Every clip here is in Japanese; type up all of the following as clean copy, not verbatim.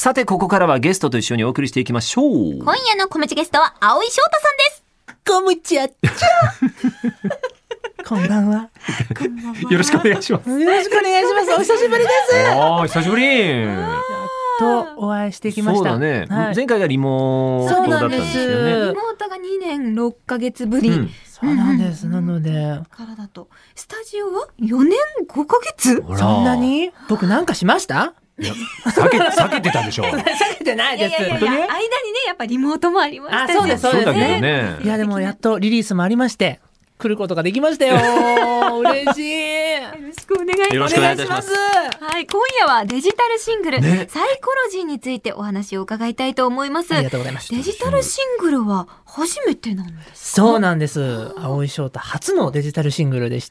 さてここからはゲストと一緒にお送りしていきましょう。 今夜のコメチゲストは青井翔太さんです。 こむちゃっちゃこんばんは。 よろしくお願いします。 よろしくお願いします。お久しぶりです。 久しぶり。 やっとお会いしてきました。 そうだね、 はい、 前回がリモートだったんですよね。 リモートが2年6ヶ月ぶり、 そうなんです。なのでからだとスタジオは4年5ヶ月。 そんなに僕なんかしました？ いや避けてたでしょ。 避けてないです。 間にねやっぱリモートもありましたね。 そうですそうだけどね。 いやでもやっとリリースもありまして来ることができましたよ。嬉しい。 よろしくお願いします。 よろしくお願いいたします。 はい、今夜はデジタルシングル、 ね、 サイコロジーについてお話を伺いたいと思います。 ありがとうございます。 デジタルシングルは初めてなんですか？ そうなんです。青井翔太初のデジタルシングルでして、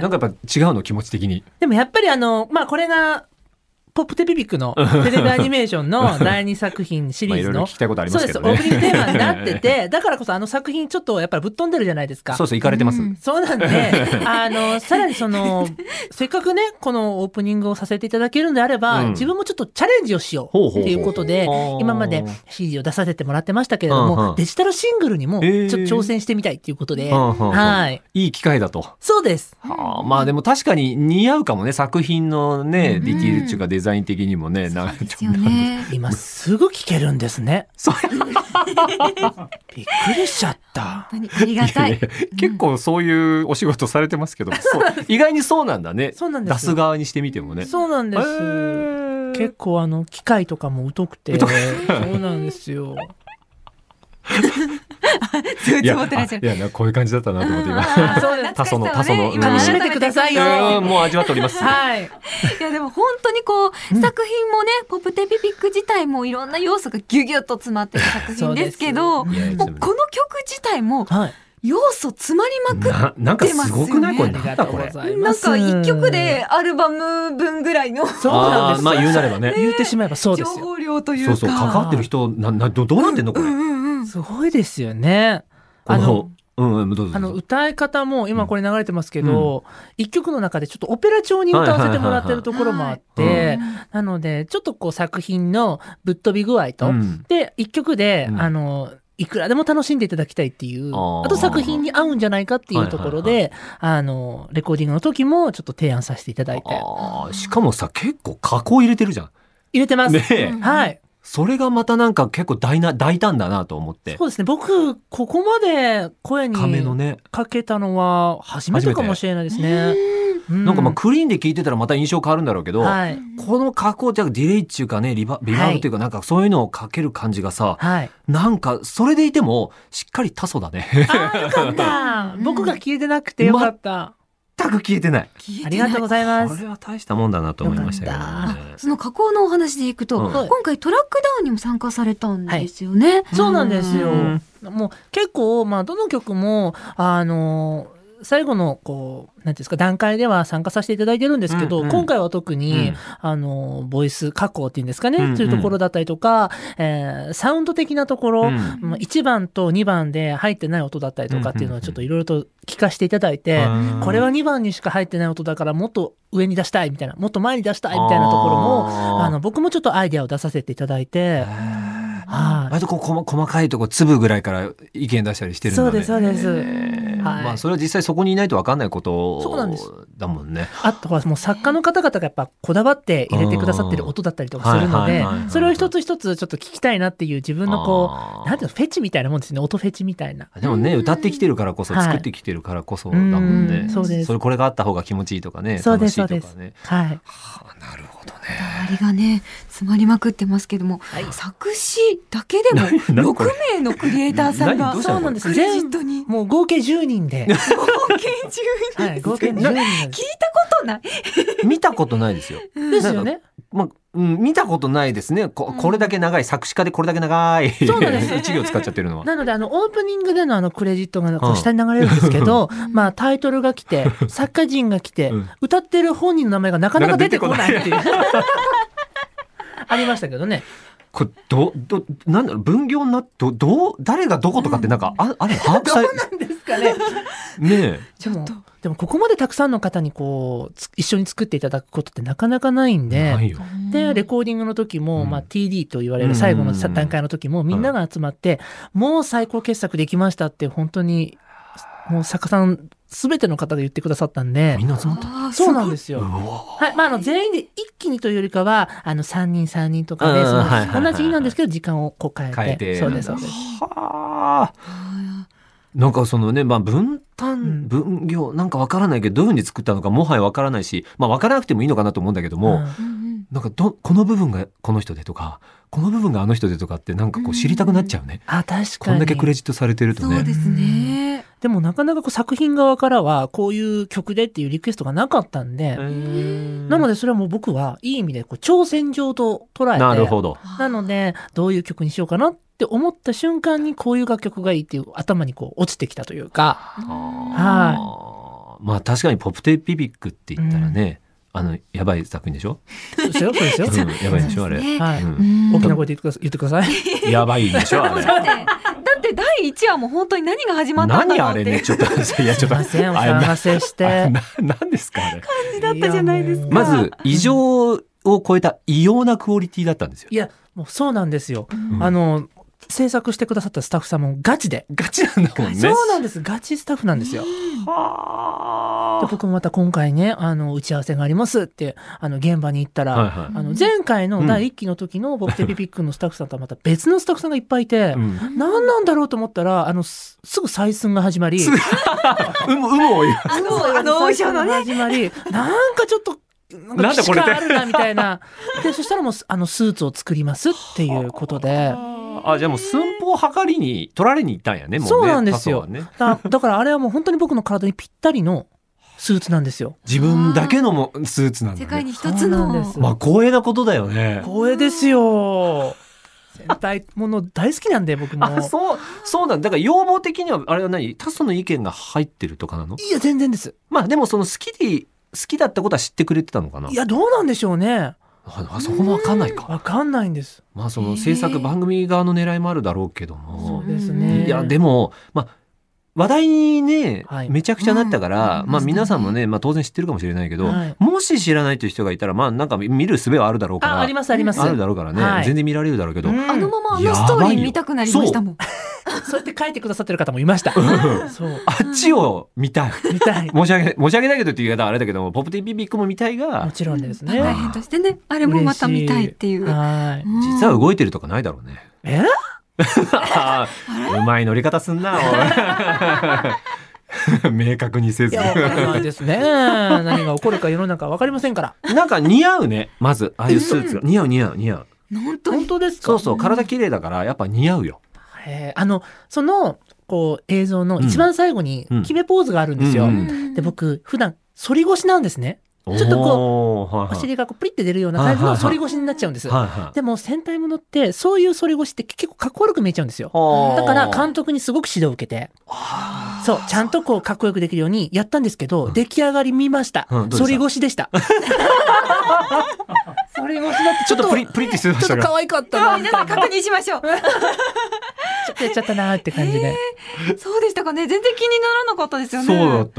なんかやっぱ違うの気持ち的に。 でもやっぱりこれがポップテピピックのテレビアニメーションの第2作品シリーズのいろいろ聞きたいことありますけどね。 そうです。オープニングテーマになっててだからこそ作品ちょっとやっぱりぶっ飛んでるじゃないですか。 そう行かれてます。 そうなんでさらにせっかくねこのオープニングをさせていただけるんであれば、自分もちょっとチャレンジをしようっていうことで今まで CD を出させてもらってましたけれども、デジタルシングルにもちょっと挑戦してみたいっていうことで、はい、 いい機会だと。 そうです。 まあでも確かに似合うかもね、作品のね、ディティールっていうかデザイン的にもね。 そうですよね。 今すぐ聞けるんですね。 そうびっくりしちゃった。 本当にありがたい。 結構そういうお仕事されてますけど、意外にそうなんだね。 そうなんです。 出す側にしてみてもね。 そうなんです。結構機械とかも疎くて、そうなんですよ。 いやこういう感じだったなと思って今タソの噛み締めてくださいよ。 もう味わっております。 はい。いやでも本当に作品もね、ポップテピピック自体もいろんな要素がギュギュッと詰まってる作品ですけど、もうこの曲自体も要素詰まりまくってますよね。 なんかすごくないこれ。なんだこれ。 なんか一曲でアルバム分ぐらいの。 そうなんです。 まあ言うなればね。 言ってしまえばそうですよ。 情報量というか。 そう関わってる人どうなってんのこれ。 すごいですよね。歌い方も今これ流れてますけど、一曲の中でちょっとオペラ調に歌わせてもらってるところもあって、なのでちょっと作品のぶっ飛び具合と、で一曲でいくらでも楽しんでいただきたいっていう、あと作品に合うんじゃないかっていうところで、レコーディングの時もちょっと提案させていただいて。 しかもさ結構加工入れてるじゃん。 入れてます。はい。 それがまたなんか結構大胆だなと思って。 そうですね。僕ここまで声にかけたのは初めてかもしれないですね。 なんかクリーンで聞いてたらまた印象変わるんだろうけど、この加工ってディレイっていうかねリバーブっていうかなんかそういうのをかける感じがさ、なんかそれでいてもしっかり多素だね。 よかった。僕が聞いてなくてよかった。 全く消えてない。 ありがとうございます。 これは大したもんだなと思いましたけどね。 その加工のお話でいくと、今回トラックダウンにも参加されたんですよね。 そうなんですよ。もう結構どの曲も最後のなんていうんですか段階では参加させていただいてるんですけど、今回は特に、ボイス加工っていうんですかね、そういうところだったりとか、サウンド的なところ、1番と2番で入ってない音だったりとかっていうのはちょっといろいろと聞かせていただいて、これは2番にしか入ってない音だからもっと上に出したいみたいな、もっと前に出したいみたいなところも僕もちょっとアイデアを出させていただいて。 割と細かいとこ粒ぐらいから意見出したりしてるんだね。 そうですそうです。 まあそれは実際そこにいないと分かんないことだもんね。 あとはもう作家の方々がやっぱこだわって入れてくださってる音だったりとかするので、それを一つ一つちょっと聞きたいなっていう自分のなんていうのフェチみたいなもんですね。音フェチみたいな。 でもね歌ってきてるからこそ、作ってきてるからこそだもんね。 そうです。 それこれがあった方が気持ちいいとかね、楽しいとかね。 はい。 なるほどね。 ありがね詰まりまくってますけども、作詞だけでも6名のクリエイターさんがそうなんです。 クレジットにもう合計10人で合計10人、 合計10人聞いたことない見たことないですよ。 ですよね。 見たことないですね。これだけ長い作詞家でこれだけ長いそうなんです 1行使っちゃってるのは。 なのでオープニングでのクレジットが下に流れるんですけど、タイトルが来て作家陣が来て、歌ってる本人の名前がなかなか出てこないっていうありましたけどね。 これなんだろう分業にな誰がどことかってなんか、あれ把握されどうなんですかね。 ねえ。 でもでもここまでたくさんの方に一緒に作っていただくことってなかなかないんで、 ないよ。 でレコーディングの時も、TD と言われる最後の段階の時もみんなが集まって、もう最高傑作できましたって本当にもう作家さん全ての方が言ってくださったんで。 みんな集まった。 そうなんですよ。はい、全員で一気にというよりかは3人とかで、同じ日なんですけど時間を変えて。そうです。 はあ。なんかそのね、分担、分業なんかわからないけどどういうふうに作ったのかもはやわからないし、わからなくてもいいのかなと思うんだけども、なんかこの部分がこの人でとかこの部分があの人でとかってなんか知りたくなっちゃうね。 確かにこんだけクレジットされてるとね。 そうですね。 でもなかなか作品側からはこういう曲でっていうリクエストがなかったんで、なのでそれはもう僕はいい意味で挑戦状と捉えて、 なるほど。 なのでどういう曲にしようかなって思った瞬間にこういう楽曲がいいっていう頭に落ちてきたというか。 確かにポプテピピックって言ったらね、やばい作品でしょ。 そうですよ。 やばいでしょあれ。 大きな声で言ってください。 やばいでしょあれ。 だって第1話も本当に何が始まったんだろうって。 何あれね、ちょっといやちょっとお騒がせして何ですかあれ。 感じだったじゃないですか。 まず異常を超えた異様なクオリティだったんですよ。 いやもうそうなんですよ。制作してくださったスタッフさんもガチなんだもんね。そうなんです。ガチスタッフなんですよ。で僕もまた今回ね打ち合わせがありますって現場に行ったら、前回の第1期の時のポプテピピックのスタッフさんとはまた別のスタッフさんがいっぱいいて、何なんだろうと思ったらすぐ採寸が始まり有無を言うオーションのね始まり、なんかちょっとなんか力あるなみたいな。でそしたらもうスーツを作りますっていうことで。 じゃあもう寸法を測りに取られに行ったんやね。もうね。 そうなんですよ。だからあれはもう本当に僕の体にぴったりのスーツなんですよ。 自分だけのスーツなんだね。 世界に一つの。 光栄なことだよね。 光栄ですよ。戦隊もの大好きなんで僕も。 そうなんだ。から要望的にはあれは何？タソの意見が入ってるとかなの？ いや全然です。 でもその好きだったことは知ってくれてたのかな。 いやどうなんでしょうね。 そこも分かんないか。 分かんないんです。 その制作番組側の狙いもあるだろうけども。 そうですね。 いやでも話題にね、めちゃくちゃなったから、皆さんもね、当然知ってるかもしれないけど、もし知らないという人がいたらなんか見る術はあるだろうから。 ありますあるだろうからね、全然見られるだろうけど、 ままストーリー見たくなりましたもん。 そうやって書いてくださってる方もいました。 そうあっちを見たい。申し訳ないけどっていう言い方はあれだけども、ポプテピピックも見たいが、 もちろんですね。 大変としてね、あれもまた見たいっていう。実は動いてるとかないだろうね。うまい乗り方すんな。明確にせず。 わからないですね。何が起こるか世の中わかりませんから。 なんか似合うね。まずああいうスーツが似合う。 本当ですか。 そう体綺麗だからやっぱ似合うよ。 その映像の一番最後に決めポーズがあるんですよ。で僕普段反り腰なんですね。ちょっとお尻がプリッて出るような感じの反り腰になっちゃうんです。でも戦隊ものってそういう反り腰って結構かっこ悪く見えちゃうんですよ。だから監督にすごく指導を受けて、そうちゃんとかっこよくできるようにやったんですけど、出来上がり見ました。反り腰でした。反り腰だってちょっとプリッてしてましたが、 ちょっと可愛かったな。 皆さん確認しましょう。 ちょっとやっちゃったなって感じで。 そうでしたかね。全然気にならなかったですよね。 そうだった。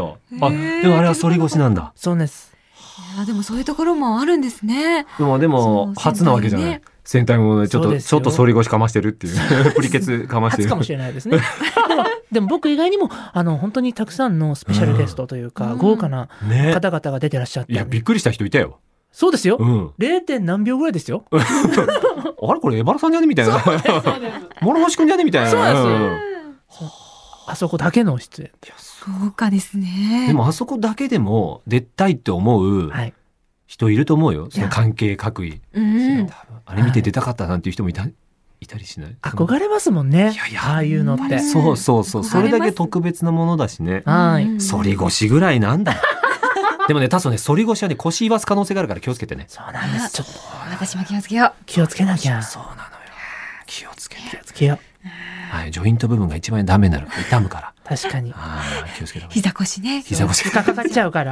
でもあれは反り腰なんだ。 そうです。 でもそういうところもあるんですね。 でも初なわけじゃない。戦隊もちょっと反り腰かましてるっていうプリケツかましてる。 初かもしれないですね。でも僕以外にも本当にたくさんのスペシャルゲストというか、豪華な方々が出てらっしゃって。 いやびっくりした人いたよ。 そうですよ。0. 何秒ぐらいですよ。 あれこれエバラさんじゃねみたいな。諸星くんじゃねみたいな。 そうですよ。あそこだけの出演。 豪華ですね。 でもあそこだけでも出たいって思う人いると思うよ。その関係各位。あれ見て出たかったなんていう人もいたりしない？ 憧れますもんね。ああいうのって。 そう。それだけ特別なものだしね。反り腰ぐらいなんだ。でもね、タソね、反り腰はね、腰言わす可能性があるから気をつけてね。 そうなんです。ちょっと私も気をつけよう。 気をつけなきゃ。 そうなのよ。気をつけよう。 はい、ジョイント部分が一番ダメになる。痛むから。 確かに。 気をつけた。 膝腰ね。 膝腰がかかっちゃうから。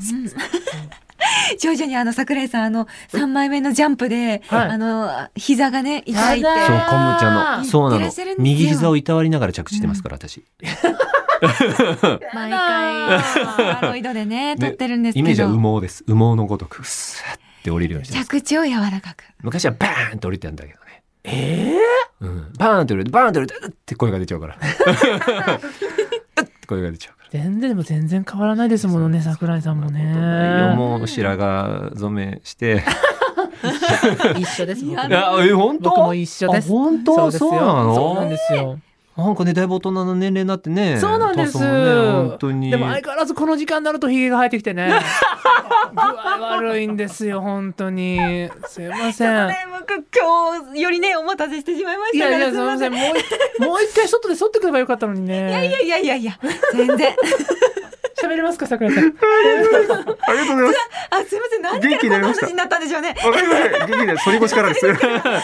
徐々に桜井さん3枚目のジャンプで膝がね痛いって。 そうコムちゃんのそうなの。右膝をいたわりながら着地してますから私。 毎回ポラロイドでね撮ってるんですけど、 イメージは羽毛です。羽毛のごとくスッって降りるようにしてます。 着地を柔らかく。 昔はバーンと降りてたんだけどね。バーンと降りてバーンと降りてって声が出ちゃうから声が出ちゃうから。 でも全然変わらないですものね、桜井さんもね。 もう白髪染めして一緒です。 本当？ 僕も一緒です。 本当？そうなの？ そうなんですよ。 なんかね、だいぶ大人の年齢になってね。 そうなんです。 本当に。 でも相変わらずこの時間になるとひげが生えてきてね。具合悪いんですよ、本当に。すいません。 僕今日よりね、お待たせしてしまいましたから。 いやすいません。もう一回外で剃ってくればよかったのにね。 いや、全然。 喋れますか、桜井さん。 ありがとうございます。 すいません。何からこんな話になったんでしょうね。 わかりません。元気で反り腰からです。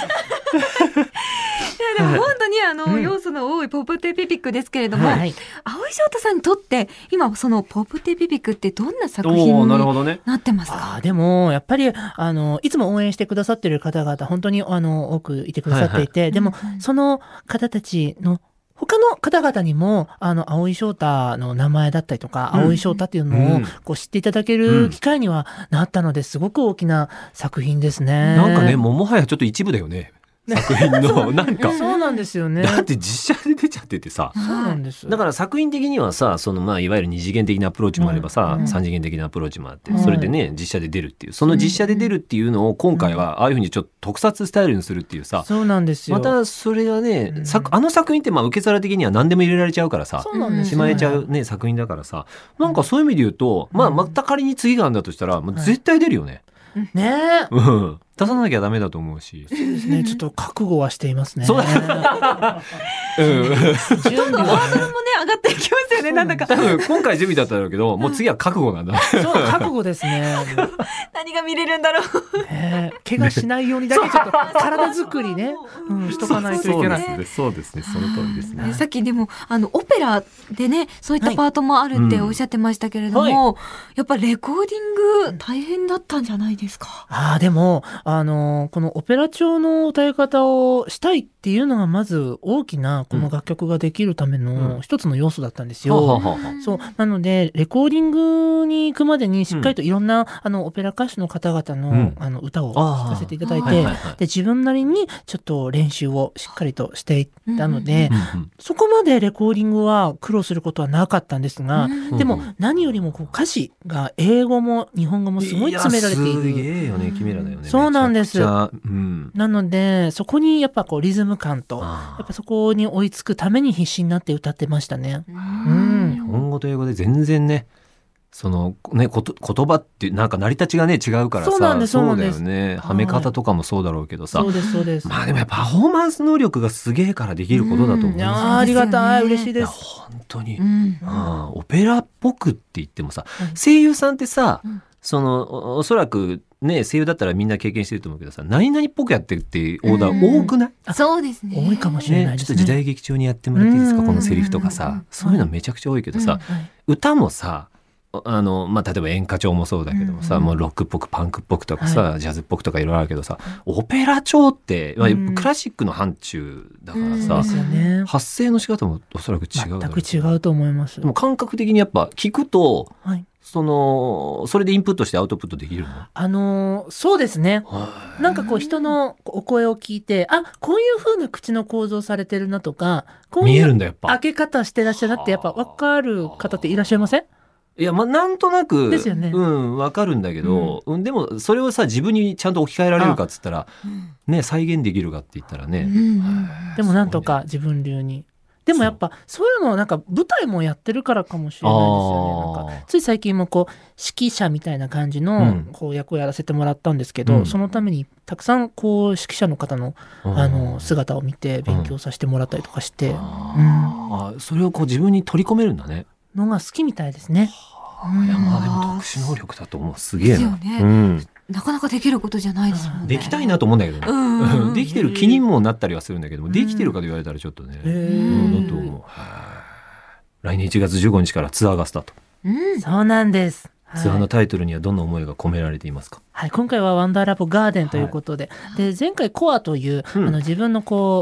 でも本当に要素の多いポプテピピックですけれども、蒼井翔太さんにとって今そのポプテピピックってどんな作品になってますか？ でもやっぱりいつも応援してくださっている方々本当に多くいてくださっていて、でもその方たちの他の方々にも蒼井翔太の名前だったりとか、蒼井翔太っていうのをこう知っていただける機会にはなったので、すごく大きな作品ですね。 なんかね、もはやちょっと一部だよね。作品のなんかそうなんですよね。 だって実写で出ちゃっててさ、 そうなんです。 だから作品的にはさ、そのいわゆる二次元的なアプローチもあればさ、三次元的なアプローチもあって、それでね実写で出るっていう、その実写で出るっていうのを今回はああいうふうにちょっと特撮スタイルにするっていうさ、 そうなんですよ。 またそれがね、あの作品って受け皿的には何でも入れられちゃうからさ、しまえちゃうね作品だからさ、なんかそういう意味で言うと、また仮に次があるんだとしたらもう絶対出るよね。 ねえ。 出さなきゃダメだと思うし。 そうですね。ちょっと覚悟はしていますね。 そうだ。 どんどんハードルもね上がっていきますよね。なんだか。 多分今回準備だったんだけど、もう次は覚悟なんだ。 そう、覚悟ですね。 何が見れるんだろう。 怪我しないようにだけちょっと体作りね、しとかないといけない。 そうですね。その通りですね。 さっきでもオペラでね、そういったパートもあるっておっしゃってましたけれども、やっぱレコーディング大変だったんじゃないですか？ でもこのオペラ調の歌い方をしたいっていうのがまず大きなこの楽曲ができるための一つの要素だったんですよ。そうなのでレコーディングに行くまでにしっかりといろんなオペラ歌手の方々の歌を聴かせていただいて、で自分なりにちょっと練習をしっかりとしていったので、そこまでレコーディングは苦労することはなかったんですが、でも何よりも歌詞が英語も日本語もすごい詰められている。 すげえよね、キメラだよね。 そうなんです。なのでそこにやっぱリズム感とやっぱそこに追いつくために必死になって歌ってましたね。 日本語と英語で全然ね、そのね言葉ってなんか成り立ちがね違うからさ、そうだよね。はめ方とかもそうだろうけどさ、 そうですそうです。 でもやっぱパフォーマンス能力がすげえからできることだと思うんですよ。 ありがたい、嬉しいです。 本当に、オペラっぽくって言ってもさ、声優さんってさ、おそらくね、声優だったらみんな経験してると思うけどさ、何々っぽくやってるってオーダー多くない？ そうですね。 多いかもしれないですね。 ちょっと時代劇中にやってもらっていいですか、このセリフとかさ、そういうのめちゃくちゃ多いけどさ、歌もさ、例えば演歌調もそうだけどもさ、もうロックっぽくパンクっぽくとかさ、ジャズっぽくとかいろいろあるけどさ、オペラ調って、クラシックの範疇だからさ、発声の仕方もおそらく違う。 全く違うと思います。 でも感覚的にやっぱ聞くと、それでインプットしてアウトプットできるの？そうですね。なんか人のお声を聞いて、こういう風な口の構造されてるなとか、こういう開け方してらっしゃるなってやっぱ分かる方っていらっしゃいません？ いや、なんとなくですよね。 分かるんだけど、でもそれをさ自分にちゃんと置き換えられるかっつったら、ね、再現できるかって言ったらね、 でもなんとか自分流に。でもやっぱそういうのなんか舞台もやってるからかもしれないですよね。なんかつい最近も指揮者みたいな感じの役をやらせてもらったんですけど、そのためにたくさん指揮者の方の姿を見て勉強させてもらったりとかして、 それを自分に取り込めるんだね。 のが好きみたいですね。 でも特殊能力だと思う。すげえな。 なかなかできることじゃないですもんね。 できたいなと思うんだけどね。できてる気にもなったりはするんだけども、できてるかと言われたらちょっとね。だと思う。来年1月15日からツアーがスタート。 そうなんです。 ツアーのタイトルにはどんな思いが込められていますか？ 今回はワンダーラボガーデンということで、で前回コアという自分の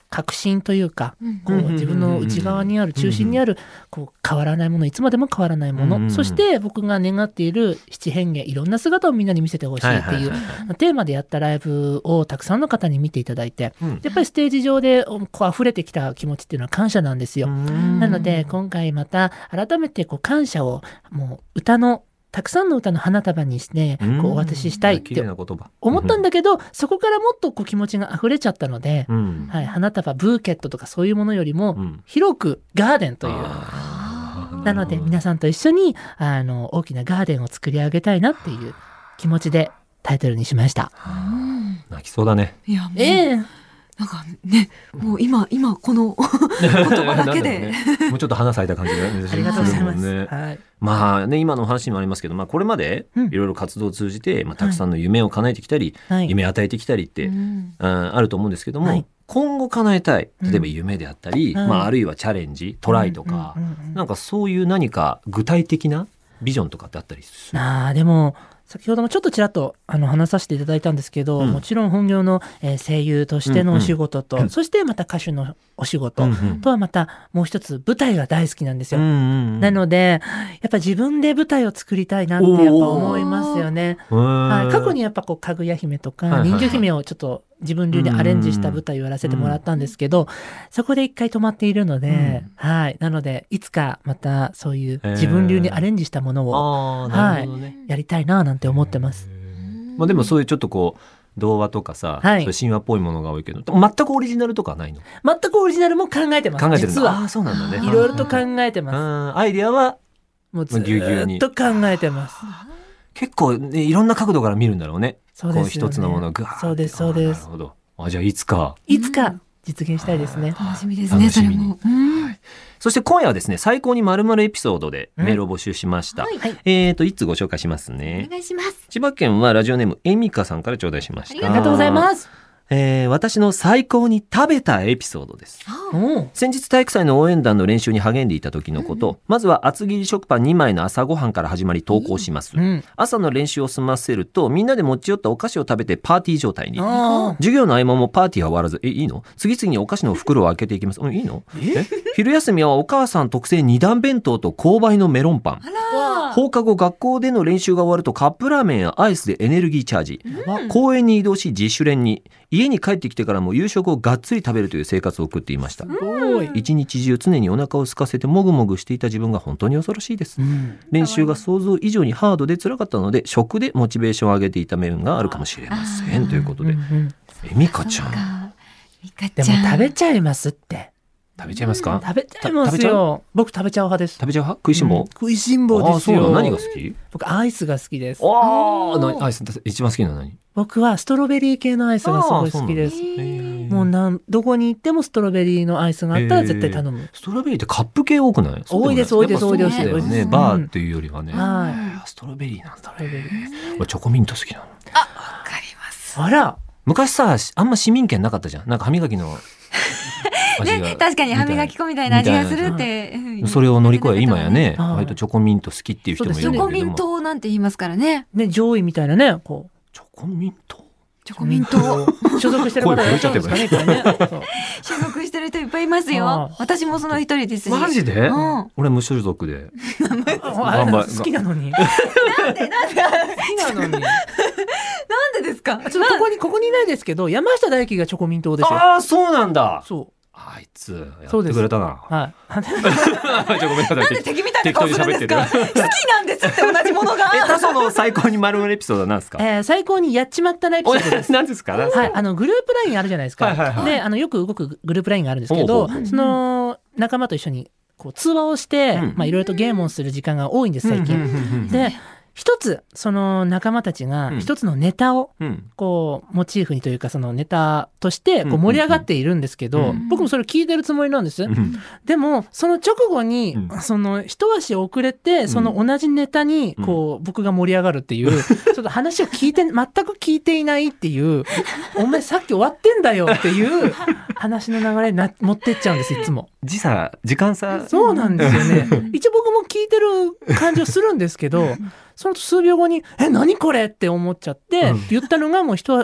核心というか、こう自分の内側にある中心にあるこう変わらないもの、いつまでも変わらないもの、そして僕が願っている七変化、いろんな姿をみんなに見せてほしいっていうテーマでやったライブをたくさんの方に見ていただいて、やっぱりステージ上でこう溢れてきた気持ちっていうのは感謝なんですよ。なので今回また改めてこう感謝をもう歌のたくさんの歌の花束にしてこうお渡ししたいって思ったんだけど、そこからもっとこう気持ちが溢れちゃったので、はい、花束ブーケットとかそういうものよりも広くガーデンという、なので皆さんと一緒に大きなガーデンを作り上げたいなっていう気持ちでタイトルにしました。 泣きそうだね。 いやもうなんかね、もう今この言葉だけでもうちょっと花咲いた感じがありがとうございます。 はい、まあね、今のお話にもありますけど、これまでいろいろ活動を通じて、たくさんの夢を叶えてきたり、夢を与えてきたりって、あると思うんですけども、今後叶えたい、例えば夢であったり、あるいはチャレンジ、トライとか、なんかそういう何か具体的なビジョンとかってあったりする？ でも先ほどもちょっとちらっと話させていただいたんですけど、もちろん本業の声優としてのお仕事と、そしてまた歌手のお仕事とはまたもう一つ舞台が大好きなんですよ。なのでやっぱ自分で舞台を作りたいなってやっぱ思いますよね。過去にやっぱこうかぐや姫とか人魚姫をちょっと自分流でアレンジした舞台をやらせてもらったんですけど、そこで一回止まっているので、なのでいつかまたそういう自分流にアレンジしたものを、やりたいななんて思ってます。 でもそういうちょっとこう童話とかさ、そういう神話っぽいものが多いけど、全くオリジナルとかはないの？ 全くオリジナルも考えてます。実はそうなんだね。 いろいろと考えてます。 アイデアはもうずっと考えてます。 結構、いろんな角度から見るんだろうね。 そうですよね。 こう一つのものをグワーッ。 そうですそうです。 なるほど。じゃあいつか実現したいですね。 楽しみですね。それも。 そして今夜はですね、最高に〇〇エピソードでメールを募集しました。いつご紹介しますね。 お願いします。 千葉県はラジオネームエミカさんから頂戴しました。 ありがとうございます。 私の最高に食べたエピソードです。先日体育祭の応援団の練習に励んでいた時のこと、まずは厚切り食パン2枚の朝ごはんから始まり投稿します。朝の練習を済ませるとみんなで持ち寄ったお菓子を食べてパーティー状態に。授業の合間もパーティーは終わらず、いいの？次々にお菓子の袋を開けていきます。いいの？昼休みはお母さん特製2段弁当と購買のメロンパン。放課後学校での練習が終わるとカップラーメンやアイスでエネルギーチャージ。公園に移動し自主練に。家に帰ってきてからも夕食をがっつり食べるという生活を送っていました。一日中常にお腹を空かせてもぐもぐしていた自分が本当に恐ろしいです。練習が想像以上にハードで辛かったので食でモチベーションを上げていた面があるかもしれませんということで、ミカちゃんでも食べちゃいますって。 食べちゃいますか？ 食べちゃいますよ。僕食べちゃう派です。 食べちゃう派？食いしん坊？ 食いしん坊ですよ。 何が好き？ 僕アイスが好きです。 アイス一番好きなの何？ 僕はストロベリー系のアイスがすごい好きです。もうどこに行ってもストロベリーのアイスがあったら絶対頼む。 ストロベリーってカップ系多くない？ 多いです。 バーっていうよりはね。ストロベリーなんだね。俺チョコミント好きなの。 わかります。 あら。 昔さ、あんま市民権なかったじゃん。なんか歯磨きの確かに歯磨き粉みたいな味がするって。 それを乗り越え今やね、割とチョコミント好きっていう人もいるんだけども。 チョコミントなんて言いますからね。 上位みたいなね、こう。 チョコミント所属してる方いらっしゃるんですかね。 所属してる人いっぱいいますよ。私もその一人ですし。 マジで？俺無所属で。 好きなのに。 なんで好きなのに。 なんでですか？ ちょっとここにいないですけど、山下大輝がチョコミントですよ。 ああ、そうなんだ。 そう。 あいつやってくれたな。 はい。 ごめんなさい。なんで敵みたいな顔するんですか？好きなんですって同じものが。 その最高に丸々エピソードは何ですか？ 最高にやっちまったなエピソードです。 何ですか？はい。 グループラインあるじゃないですか。で、よく動くグループラインがあるんですけど、その仲間と一緒にこう通話をして、いろいろとゲームをする時間が多いんです最近。で。一つその仲間たちが一つのネタをこうモチーフにというかそのネタとしてこう盛り上がっているんですけど、僕もそれ聞いてるつもりなんです。でもその直後にその一足遅れてその同じネタにこう僕が盛り上がるっていうちょっと話を全く聞いていないっていうお前さっき終わってんだよっていう話の流れに持ってっちゃうんですいつも。 時間差。 そうなんですよね。一応僕も聞いてる感じをするんですけどその数秒後に何これって思っちゃって、言ったのがもう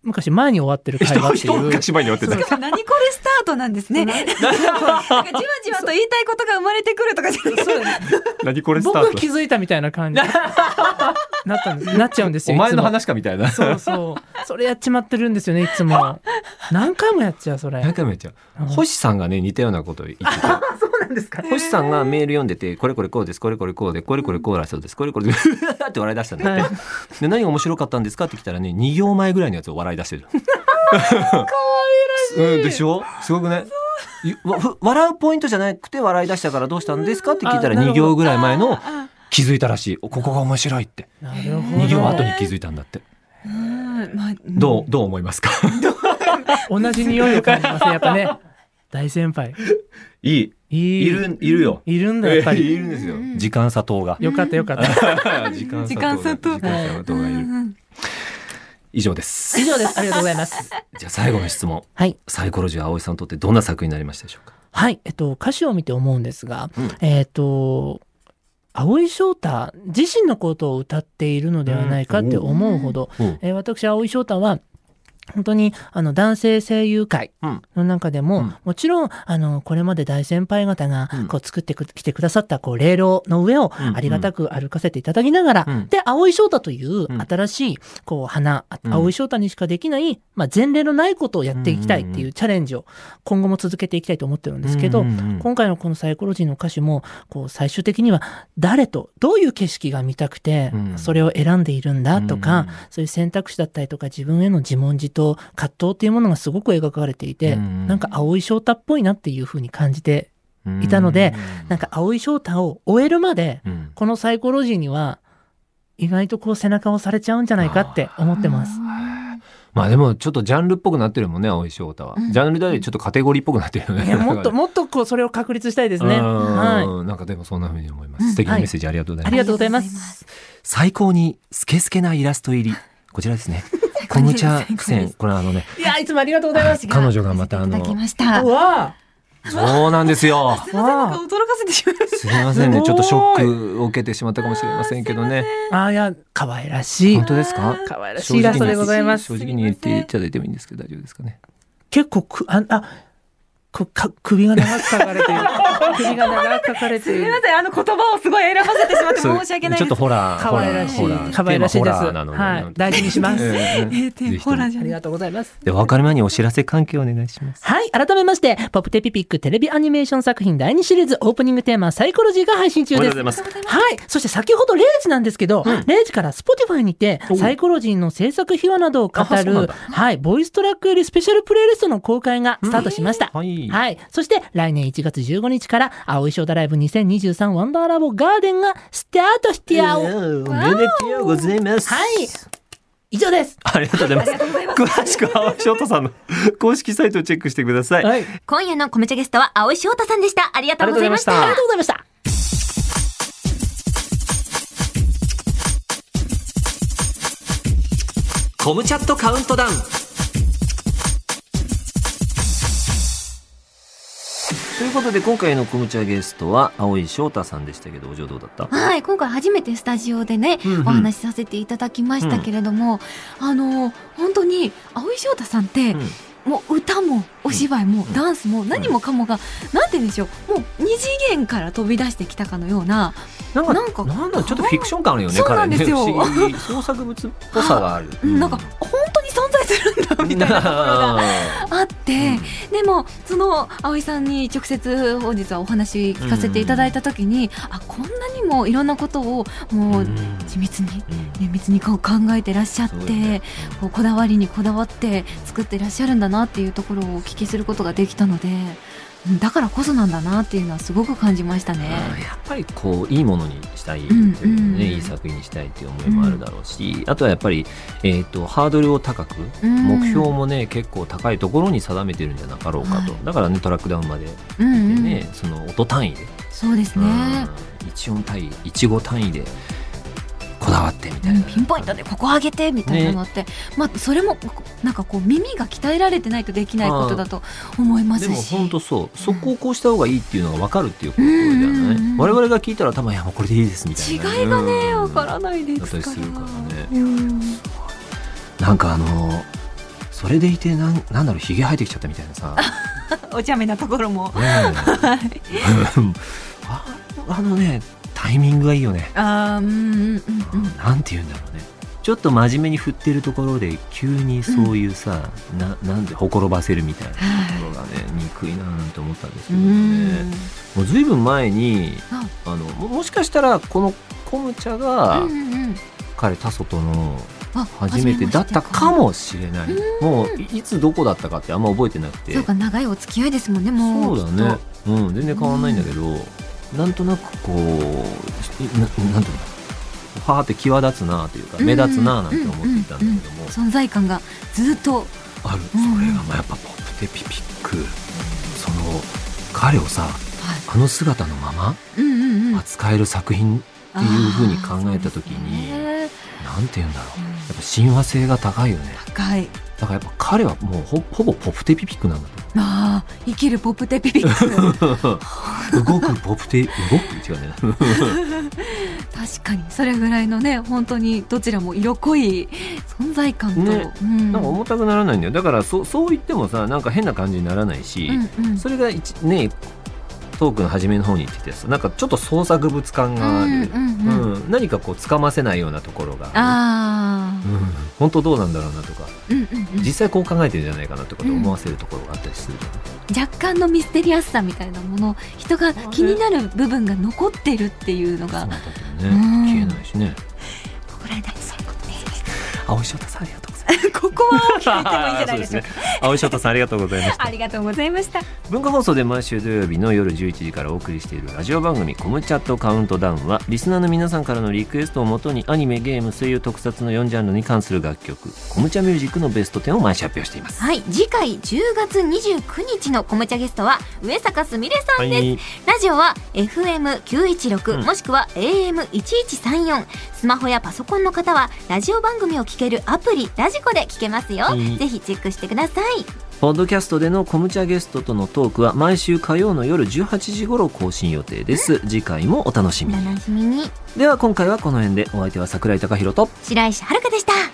昔前に終わってる会話っていう。 昔前に終わってた。しかも何これスタートなんですね。なんかじわじわと言いたいことが生まれてくるとかじゃなくて。 何これスタート。 僕気づいたみたいな感じなっちゃうんですよ。 お前の話かみたいな。 そうそう。それやっちまってるんですよねいつも。何回もやっちゃうそれ。 何回もやっちゃう。星さんがね似たようなことを言ってた。 そうなんですか。 星さんがメール読んでてこれこれこうですこれこれこうでこれこれこうだそうですこれこれって笑い出したんだって。で何が面白かったんですかって来たらね2行前ぐらいのやつを笑い出してる。 可愛らしい。 でしょ。すごくね。笑うポイントじゃなくて笑い出したからどうしたんですかって聞いたら2行ぐらい前の気づいたらしい。ここが面白いって。 なるほど。 2行後に気づいたんだって。どう思いますか。 同じ匂いを感じますねやっぱね。大先輩。 いるよ。 いるんだやっぱり。 いるんですよ。時間差党が。 よかったよかった。 時間差党がいる。 以上です。 ありがとうございます。 じゃあ最後の質問。 はい。 サイコロジー葵さんにとってどんな作品になりましたでしょうか。 はい。歌詞を見て思うんですが、蒼井翔太自身のことを歌っているのではないかって思うほど、私蒼井翔太は本当に男性声優界の中でも、もちろんこれまで大先輩方がこう作ってきてくださったこうレールの上をありがたく歩かせていただきながら、で蒼井翔太という新しいこう蒼井翔太にしかできない、前例のないことをやっていきたいっていうチャレンジを今後も続けていきたいと思ってるんですけど、今回のこのサイコロジーの歌詞もこう最終的には誰とどういう景色が見たくてそれを選んでいるんだとか、そういう選択肢だったりとか自分への自問自と葛藤っていうものがすごく描かれていて、なんか蒼井翔太っぽいなっていう風に感じていたので、なんか蒼井翔太を終えるまで、このサイコロジーには意外とこう背中を押されちゃうんじゃないかって思ってます。 でもちょっとジャンルっぽくなってるもんね蒼井翔太は。ジャンルでちょっとカテゴリーっぽくなってるよね。 いやもっとこうそれを確立したいですね。 なんかでもそんな風に思います。素敵なメッセージありがとうございます。 ありがとうございます。 最高にスケスケなイラスト入りこちらですね。コムチャ付箋、これいやいつもありがとうございます。 彼女がまたそうなんですよ。 驚かせてしまいました。 すみませんね、ちょっとショックを受けてしまったかもしれませんけどね。 いや可愛らしい。 本当ですか。 可愛らしいイラストでございます。 正直に言っていただいてもいいんですけど大丈夫ですかね。 結構首が長く書かれている。首が長く書かれている。 すみません、言葉をすごい選ばせてしまって申し訳ないです。 ちょっとホラー、 可愛らしい、可愛らしいです。はい、大事にします。 ホラーじゃありがとうございます。 で、お別れ前にお知らせ関係をお願いします。 はい、改めましてポプテピピックテレビアニメーション作品第2シリーズオープニングテーマサイコロジーが配信中です。はい、そして先ほど0時なんですけど、0時から Spotify にてサイコロジーの制作秘話などを語るボイストラックよりスペシャルプレイリストの公開がスタートしました。はい、そして来年1月15日から蒼井翔太ライブ2023ワンダーラボガーデンがスタートしてやおう。 おめでとうございます。 はい、以上です。 ありがとうございます。詳しくは蒼井翔太さんの公式サイトをチェックしてください。 今夜のコメチャゲストは蒼井翔太さんでした。ありがとうございました。 ありがとうございました。 コムチャットカウントダウン。ということで今回のコムチャゲストは蒼井翔太さんでしたけど、お嬢どうだった？ はい、今回初めてスタジオでね、お話しさせていただきましたけれども、本当に蒼井翔太さんって、もう歌もお芝居もダンスも何もかもが、なんて言うんでしょう、もう二次元から飛び出してきたかのような、 なんだちょっとフィクション感あるよね。 そうなんですよ。 不思議創作物っぽさがある。 なんか本当に存在するんだみたいなところがあって、でもその蒼井さんに直接本日はお話聞かせていただいた時に、こんなにもいろんなことをもう緻密に綿密に考えてらっしゃって、こだわりにこだわって作ってらっしゃるんだなっていうところをお聞きすることができたので、だからこそなんだなっていうのはすごく感じましたね。 やっぱりこういいものにしたいというね、いい作品にしたいという思いもあるだろうし、あとはやっぱり、ハードルを高く、目標もね結構高いところに定めてるんじゃなかろうかと、だからねトラックダウンまでね、その音単位で、 そうですね、 1音単位1語単位でこだわってみたいな、 ピンポイントでここ上げてみたいなのって、それもなんかこう耳が鍛えられてないとできないことだと思いますし、 でも本当そこをこうした方がいいっていうのが分かるっていうことじゃない、我々が聞いたら多分もうこれでいいですみたいな、 違いがね分からないですから、 だったりするからね。なんかそれでいてなんだろう、ひげ生えてきちゃったみたいなさお茶目なところも、 ねタイミングがいいよね。 なんて言うんだろうね、ちょっと真面目に振ってるところで急にそういうさ、なんでほころばせるみたいなところがね、憎いななんて思ったんですけどね。もうずいぶん前にもしかしたらこのコムチャが、彼タソとの初めてだったかもしれない。もういつどこだったかってあんま覚えてなくて。 そうか、長いお付き合いですもんね。もうそうだね、全然変わんないんだけど、なんとなくこうなんていうの、ファーって際立つなというか、目立つななんて思っていたんだけども、 存在感がずっとある。それがやっぱポップテピピック、その彼をさ、あの姿のまま扱える作品っていう風に考えた時に、なんて言うんだろう、やっぱ親和性が高いよね。 高い。 だからやっぱ彼はもうほぼポプテピピックなんだと。 生きるポプテピピック動くポプテ違うね確かにそれぐらいのね、本当にどちらも色濃い存在感と、 ね、なんか重たくならないんだよ。だからそう言ってもさ、なんか変な感じにならないし、それがね、トークの初めの方に言ってたやつ、なんかちょっと創作物感がある、何かこうつかませないようなところがある。本当どうなんだろうなとか、実際こう考えてるんじゃないかなってことを思わせるところがあったりするじゃん。 若干のミステリアスさみたいなもの、人が気になる部分が残ってるっていうのが、 そうだね、消えないしね。 ここら辺そういうことです。 青石翔太さんありがとうございます。 ここは大きく言ってもいいんじゃないでしょうか。 青石翔太さんありがとうございました。 ありがとうございました。 文化放送で毎週土曜日の夜11時からお送りしているラジオ番組コムチャットカウントダウンは、リスナーの皆さんからのリクエストをもとにアニメ、ゲーム、声優、特撮の4ジャンルに関する楽曲、コムチャミュージックのベスト10を毎週発表しています。 はい、次回10月29日のコムチャゲストは上坂すみれさんです。ラジオは FM916、もしくは AM1134、スマホやパソコンの方はラジオ番組を聴けるアプリラジコで聴けますよ。ぜひチェックしてください。 ポッドキャストでのコムチャゲストとのトークは毎週火曜の夜18時頃更新予定です。次回もお楽しみに。 お楽しみに。 では今回はこの辺で、お相手は桜井貴宏と白石遥でした。